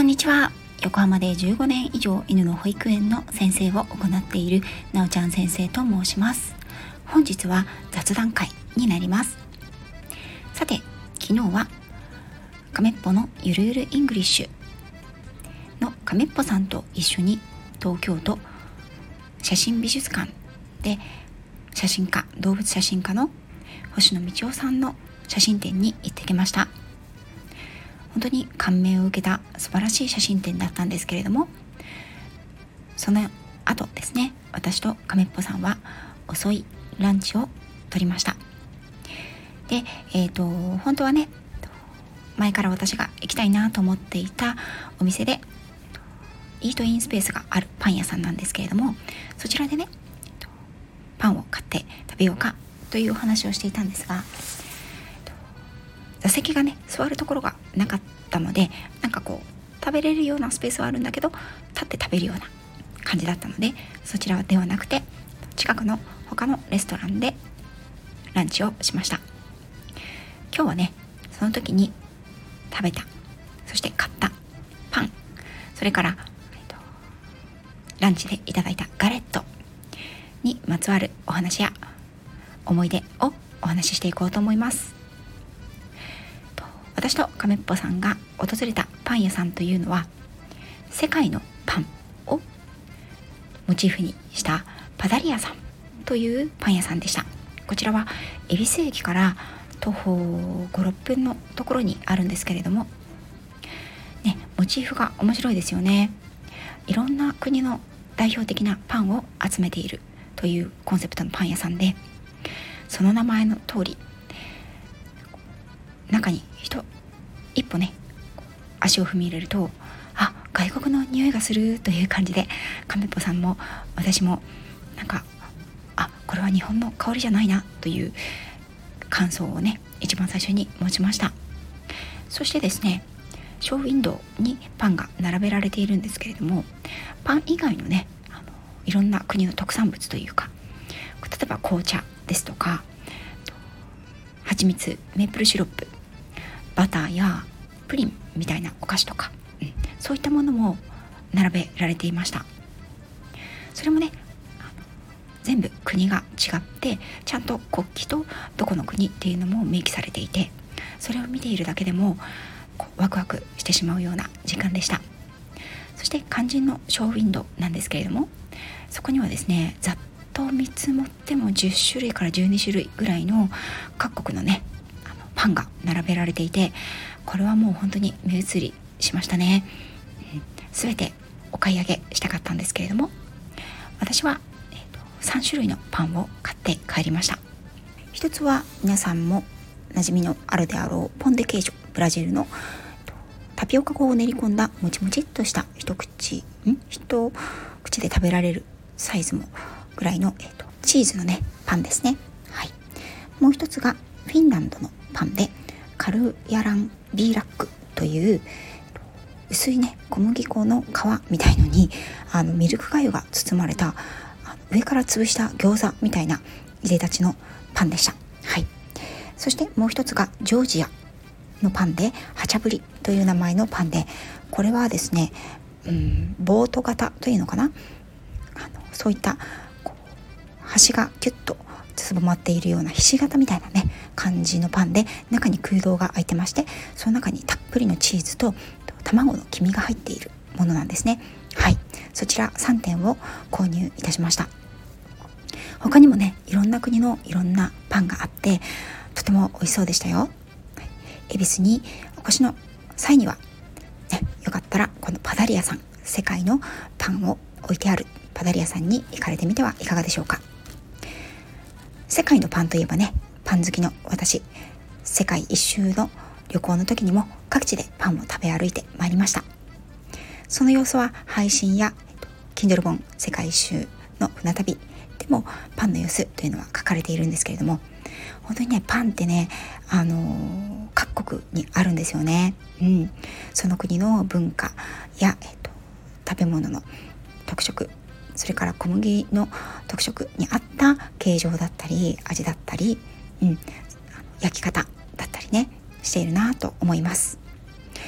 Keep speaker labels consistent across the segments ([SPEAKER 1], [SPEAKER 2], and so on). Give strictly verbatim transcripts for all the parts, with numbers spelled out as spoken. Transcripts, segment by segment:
[SPEAKER 1] こんにちは。横浜でじゅうごねん以上犬の保育園の先生を行っているなおちゃん先生と申します。本日は雑談会になります。さて、昨日は亀っぽのゆるゆるイングリッシュの亀っぽさんと一緒に東京都写真美術館で写真家動物写真家の星野道夫さんの写真展に行ってきました。本当に感銘を受けた素晴らしい写真展だったんですけれども、その後ですね、私と亀っぽさんは遅いランチを取りました。で、えーと本当はね、前から私が行きたいなと思っていたお店でイートインスペースがあるパン屋さんなんですけれども、そちらでねパンを買って食べようかというお話をしていたんですが、座席がね座るところがなかったので、なんかこう食べれるようなスペースはあるんだけど立って食べるような感じだったので、そちらではなくて近くの他のレストランでランチをしました。今日はね、その時に食べた、そして買ったパン、それから、えっと、ランチでいただいたガレットにまつわるお話や思い出をお話ししていこうと思います。私と亀っぽさんが訪れたパン屋さんというのは、世界のパンをモチーフにしたパダリアさんというパン屋さんでした。こちらは恵比寿駅から徒歩ご、ろっぷんのところにあるんですけれども、ね、モチーフが面白いですよね。いろんな国の代表的なパンを集めているというコンセプトのパン屋さんで、その名前の通り中に人一歩ね足を踏み入れると、あ、外国の匂いがするという感じで、亀っぽさんも私もなんか、あ、これは日本の香りじゃないなという感想をね一番最初に持ちました。そしてですね、ショーウィンドウにパンが並べられているんですけれども、パン以外のねあのいろんな国の特産物というか、例えば紅茶ですとか蜂蜜、メープルシロップ、バターやプリンみたいなお菓子とか、うん、そういったものも並べられていました。それもねあの全部国が違って、ちゃんと国旗とどこの国っていうのも明記されていて、それを見ているだけでもこうワクワクしてしまうような時間でした。そして肝心のショーウィンドウなんですけれども、そこにはですね、ざっと見積もってもじゅっしゅるいからじゅうにしゅるいぐらいの各国のねあのパンが並べられていて、これはもう本当に目移りしましたね。すべ、うん、てお買い上げしたかったんですけれども、私は、えーと、さんしゅるいのパンを買って帰りました。一つは皆さんも馴染みのあるであろうポンデケージョ、ブラジルのタピオカ粉を練り込んだもちもちっとした一口ん一口で食べられるサイズもぐらいの、えーと、チーズのねパンですね。はい。もう一つがフィンランドのパンでカルヤランビーラックという薄いね小麦粉の皮みたいのにあのミルクがゆが包まれた、あの上から潰した餃子みたいないでたちのパンでした。はい。そしてもう一つがジョージアのパンでハチャブリという名前のパンで、これはですね、うん、ボート型というのかな、あのそういったこう端がキュッとつぼまっているようなひし形みたいなね感じのパンで、中に空洞が開いてまして、その中にたっぷりのチーズと卵の黄身が入っているものなんですね。はい。そちらさんてんを購入いたしました。他にもねいろんな国のいろんなパンがあって、とても美味しそうでしたよ。恵比寿にお越しの際には、ね、よかったらこのパダリアさん、世界のパンを置いてあるパダリアさんに行かれてみてはいかがでしょうか。世界のパンといえばね、パン好きの私、世界一周の旅行の時にも各地でパンを食べ歩いてまいりました。その様子は配信や Kindle 本世界一周の船旅でもパンの様子というのは書かれているんですけれども、本当にねパンってね、あのー、各国にあるんですよね。うん、その国の文化や、えっと、食べ物の特色、それから小麦の特色に合った形状だったり味だったり、うん、焼き方だったりねしているなと思います。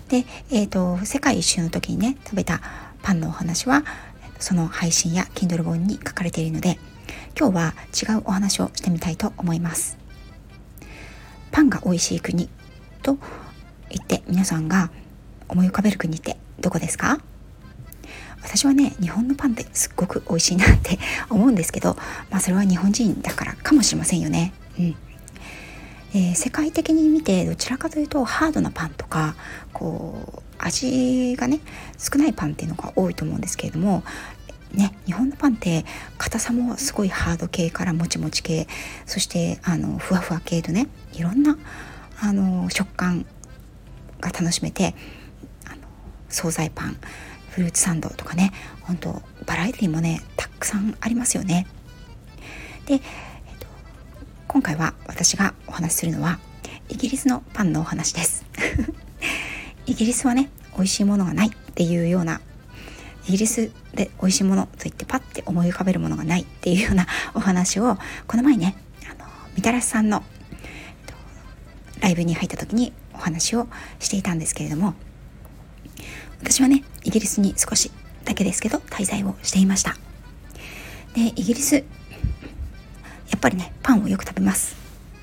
[SPEAKER 1] で、えーと、世界一周の時にね食べたパンのお話はその配信や Kindle 本に書かれているので、今日は違うお話をしてみたいと思います。パンが美味しい国と言って皆さんが思い浮かべる国ってどこですか？私はね、日本のパンってすっごく美味しいなって思うんですけど、まあそれは日本人だからかもしれませんよね。うん。えー、世界的に見てどちらかというとハードなパンとかこう味がね少ないパンっていうのが多いと思うんですけれどもね、日本のパンって硬さもすごいハード系からもちもち系、そしてあのふわふわ系とね、いろんなあの食感が楽しめて、あの惣菜パン、フルーツサンドとかね、本当バラエティもねたくさんありますよね。で、えっと、今回は私がお話しするのはイギリスのパンのお話ですイギリスはね美味しいものがないっていうような、イギリスで美味しいものといってパッて思い浮かべるものがないっていうようなお話をこの前ね、あのみたらしさんのライブに入った時にお話をしていたんですけれども、私はねイギリスに少しだけですけど滞在をしていました。で、イギリスやっぱりねパンをよく食べます。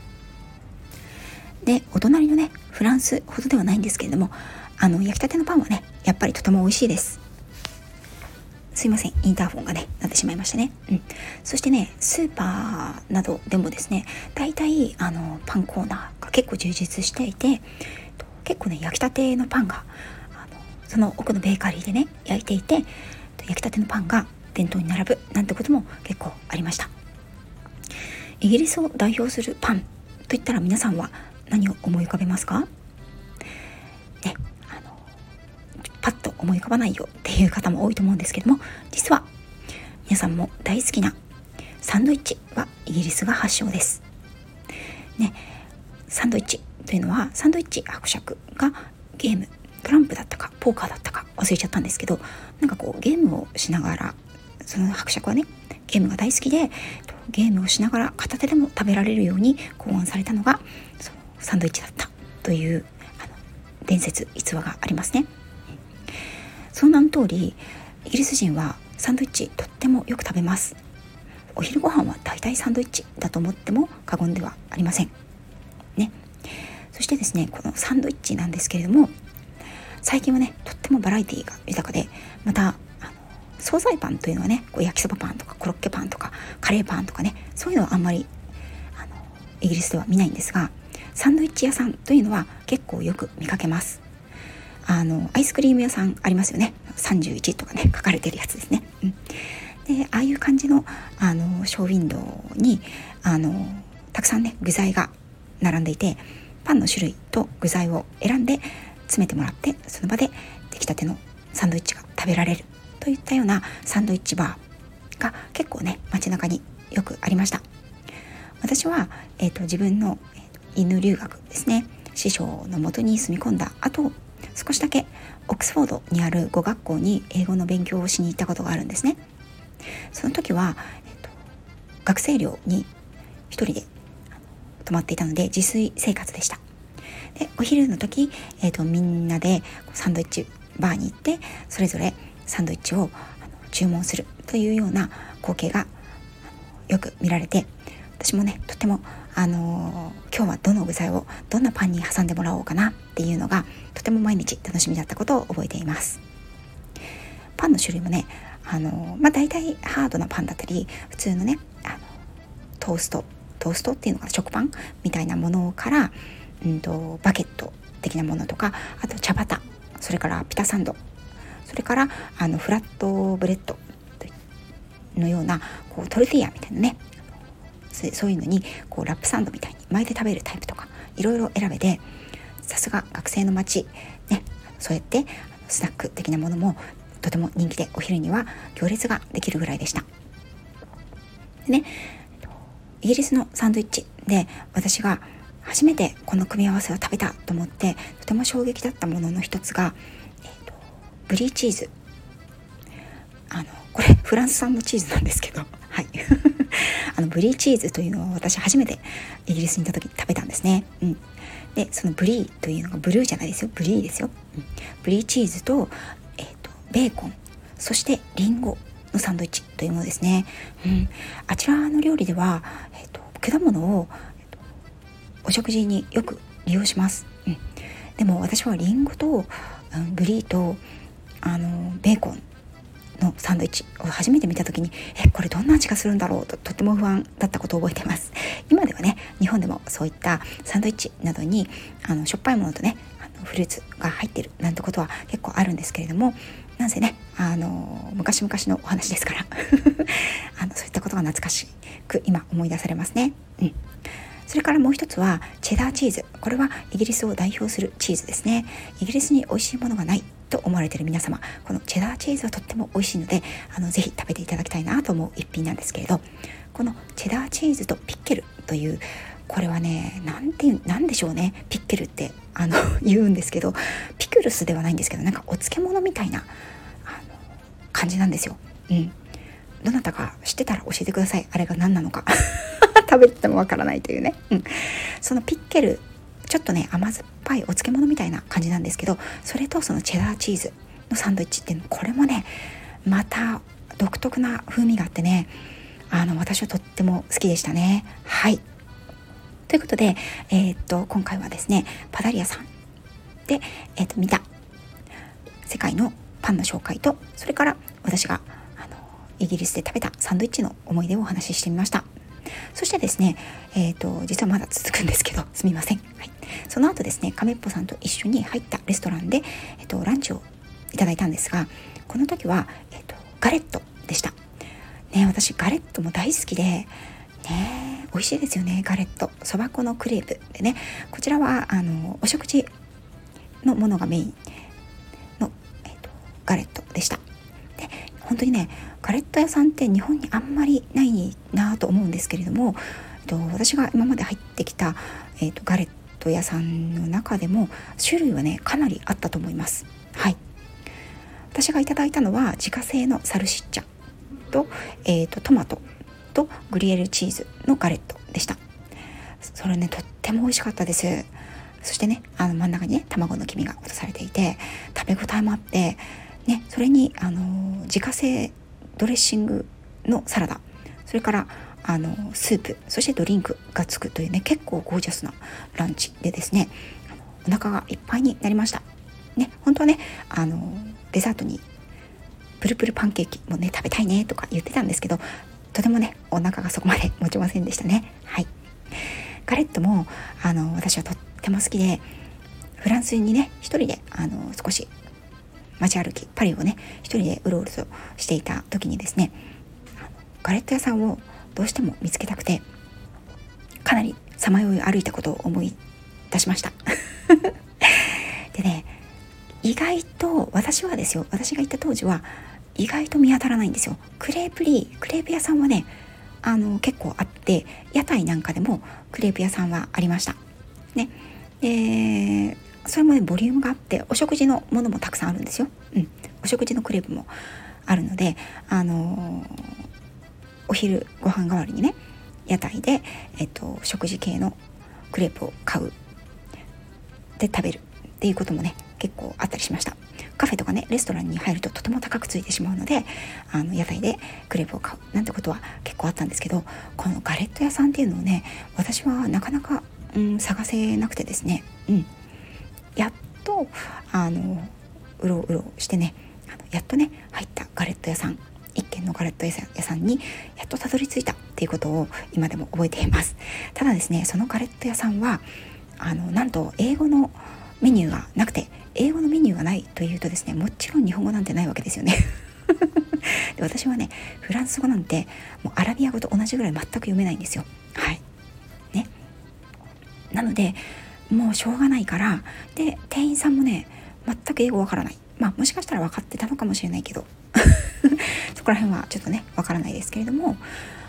[SPEAKER 1] で、お隣のねフランスほどではないんですけれども、あの焼きたてのパンはねやっぱりとても美味しいです。すいません、インターフォンがねなってしまいましたね。うん。そしてね、スーパーなどでもですね、大体あのパンコーナーが結構充実していて、結構ね焼きたてのパンがあのその奥のベーカリーでね焼いていて、焼きたてのパンが店頭に並ぶなんてことも結構ありました。イギリスを代表するパンといったら皆さんは何を思い浮かべますか？ね、あのパッと思い浮かばないよっていう方も多いと思うんですけども、実は皆さんも大好きなサンドイッチはイギリスが発祥ですね。サンドイッチというのは、サンドイッチ伯爵がゲーム、トランプだったかポーカーだったか忘れちゃったんですけど、なんかこうゲームをしながら、その伯爵はねゲームが大好きで、ゲームをしながら片手でも食べられるように考案されたのがそのサンドイッチだったというあの伝説逸話がありますね。その名の通り、イギリス人はサンドイッチとってもよく食べます。お昼ご飯は大体サンドイッチだと思っても過言ではありませんね。そしてですね、このサンドイッチなんですけれども、最近はねとってもバラエティが豊かで、またあの惣菜パンというのはね、こう焼きそばパンとかコロッケパンとかカレーパンとかね、そういうのはあんまりあのイギリスでは見ないんですが、サンドイッチ屋さんというのは結構よく見かけます。あのアイスクリーム屋さんありますよね。さんじゅういちとかね書かれてるやつですね。うん、で、ああいう感じのあのショーウィンドウにあのたくさんね具材が並んでいて、パンの種類と具材を選んで詰めてもらって、その場で出来たてのサンドイッチが食べられるといったようなサンドイッチバーが結構ね街中によくありました。私は、えーと、自分の、えーと、犬留学ですね、師匠のもとに住み込んだ後、少しだけオックスフォードにある語学校に英語の勉強をしに行ったことがあるんですね。その時は、えーと、学生寮に一人で泊まっていたので自炊生活でした。で、お昼の時、えーと、みんなでサンドイッチバーに行ってそれぞれサンドイッチをあの注文するというような光景がよく見られて、私もねとても、あのー、今日はどの具材をどんなパンに挟んでもらおうかなっていうのがとても毎日楽しみだったことを覚えています。パンの種類もね、あのーまあ、大体ハードなパンだったり、普通のねあのトーストトーストっていうのが食パンみたいなものから、うんとバケット的なものとか、あと茶バタ、それからピタサンド、それからあのフラットブレッドのようなこうトルティーヤみたいなね、そういうのにこうラップサンドみたいに巻いて食べるタイプとかいろいろ選べて、さすが学生の街ね、そうやってスナック的なものもとても人気で、お昼には行列ができるぐらいでした。でね、イギリスのサンドイッチで私が初めてこの組み合わせを食べたと思ってとても衝撃だったものの一つが、えーと、ブリーチーズ。あのこれフランス産のチーズなんですけど、ははいあのブリーチーズというのは私初めてイギリスにいた時に食べたんですね、うん、でそのブリーというのがブルーじゃないですよ、ブリーですよ、うん、ブリーチーズと、えーと、ベーコン、そしてリンゴのサンドイッチというものですね、うん、あちらの料理では、えーと、果物を、えーと、お食事によく利用します、うん、でも私はリンゴと、うん、ブリーとあのベーコンのサンドイッチを初めて見た時に、えこれどんな味がするんだろうととっても不安だったことを覚えています。今ではね、日本でもそういったサンドイッチなどにあのしょっぱいものとね、あのフルーツが入っているなんてことは結構あるんですけれども、なんせね、あの昔々のお話ですからあのそういったことが懐かしく今思い出されますね。うん。それからもう一つはチェダーチーズ。これはイギリスを代表するチーズですね。イギリスに美味しいものがないと思われている皆様、このチェダーチーズはとっても美味しいので、あのぜひ食べていただきたいなと思う一品なんですけれど、このチェダーチーズとピッケルという、これはね、なんていう、なんでしょうね、ピッケルってあの言うんですけど、ピクルスではないんですけど、なんかお漬物みたいなあの感じなんですよ。うん。どなたか知ってたら教えてください。あれが何なのか食べてもわからないというね、うん、そのピッケル、ちょっとね甘酸っぱいお漬物みたいな感じなんですけど、それとそのチェダーチーズのサンドイッチっていうの、これもねまた独特な風味があってね、あの私はとっても好きでしたね。はい、ということで、えー、っと今回はですねパダリアさんで、えー、っと見た世界のパンの紹介と、それから私があのイギリスで食べたサンドイッチの思い出をお話ししてみました。そしてですね、えーと、実はまだ続くんですけど、すみません。はい、その後ですね、亀っぽさんと一緒に入ったレストランで、えーと、ランチをいただいたんですが、この時は、えーと、ガレットでした。ね、私ガレットも大好きで、ね、美味しいですよね、ガレット。そば粉のクレープでね、こちらはあのお食事のものがメインの、えーと、ガレットでした。で、本当にね、ガレット屋さんって日本にあんまりないなと思うんですけれども、えっと、私が今まで入ってきた、えっと、ガレット屋さんの中でも種類はねかなりあったと思います。はい、私がいただいたのは自家製のサルシッチャと、えっと、トマトとグリエルチーズのガレットでした。それねとっても美味しかったです。そしてね、あの真ん中にね卵の黄身が落とされていて、食べ応えもあってね、それにあの自家製ドレッシングのサラダ、それからあのスープ、そしてドリンクがつくというね、結構ゴージャスなランチでですね、お腹がいっぱいになりましたね。本当はね、あのデザートにプルプルパンケーキもね食べたいねとか言ってたんですけど、とてもねお腹がそこまで持ちませんでしたね。はい、ガレットもあの私はとっても好きで、フランスにね一人であの少し街歩き、パリをね一人でうろうろとしていた時にですね、ガレット屋さんをどうしても見つけたくて、かなりさまよい歩いたことを思い出しましたでね、意外と私はですよ、私が行った当時は意外と見当たらないんですよ。クレープリークレープ屋さんはねあの結構あって、屋台なんかでもクレープ屋さんはありましたね。でそれもねボリュームがあって、お食事のものもたくさんあるんですよ。うん、お食事のクレープもあるので、あのー、お昼ご飯代わりにね屋台で、えっと、食事系のクレープを買うで食べるっていうこともね結構あったりしました。カフェとかねレストランに入るととても高くついてしまうので、あの屋台でクレープを買うなんてことは結構あったんですけど、このガレット屋さんっていうのをね私はなかなか、うん、探せなくてですね、うんやっとあのうろうろしてね、あのやっとね入ったガレット屋さん、一軒のガレット屋さんにやっとたどり着いたっていうことを今でも覚えています。ただですね、そのガレット屋さんはあのなんと英語のメニューがなくて、英語のメニューがないというとですね、もちろん日本語なんてないわけですよねで私はねフランス語なんてもうアラビア語と同じぐらい全く読めないんですよ。はいね、なのでもうしょうがないから、で店員さんもね全く英語わからない、まあもしかしたら分かってたのかもしれないけどそこら辺はちょっとねわからないですけれども、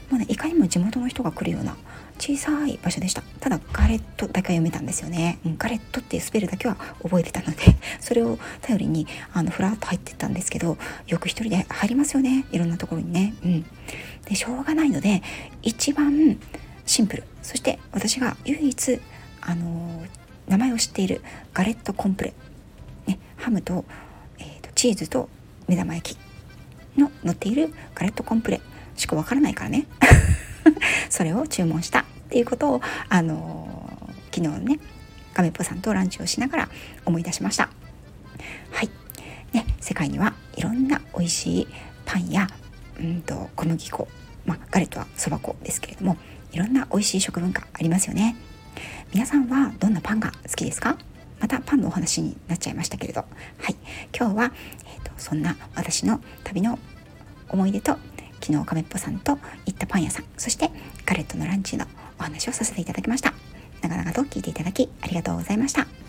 [SPEAKER 1] もうね、いかにも地元の人が来るような小さい場所でした。ただガレットだけは読めたんですよね、うん、ガレットっていうスペルだけは覚えてたのでそれを頼りにあのふらっと入ってったんですけど、よく一人で入りますよね、いろんなところにね、うん、でしょうがないので一番シンプル、そして私が唯一あのー、名前を知っているガレットコンプレ、ね、ハムと、えーと、チーズと目玉焼きの乗っているガレットコンプレしかわからないからねそれを注文したっていうことを、あのー、昨日ねガメッポさんとランチをしながら思い出しました。はい、ね、世界にはいろんな美味しいパンやうんと小麦粉、まあ、ガレットはそば粉ですけれども、いろんな美味しい食文化ありますよね。皆さんはどんなパンが好きですか？またパンのお話になっちゃいましたけれど、はい、今日は、えーと、そんな私の旅の思い出と昨日カメッポさんと行ったパン屋さん、そしてガレットのランチのお話をさせていただきました。長々と聞いていただきありがとうございました。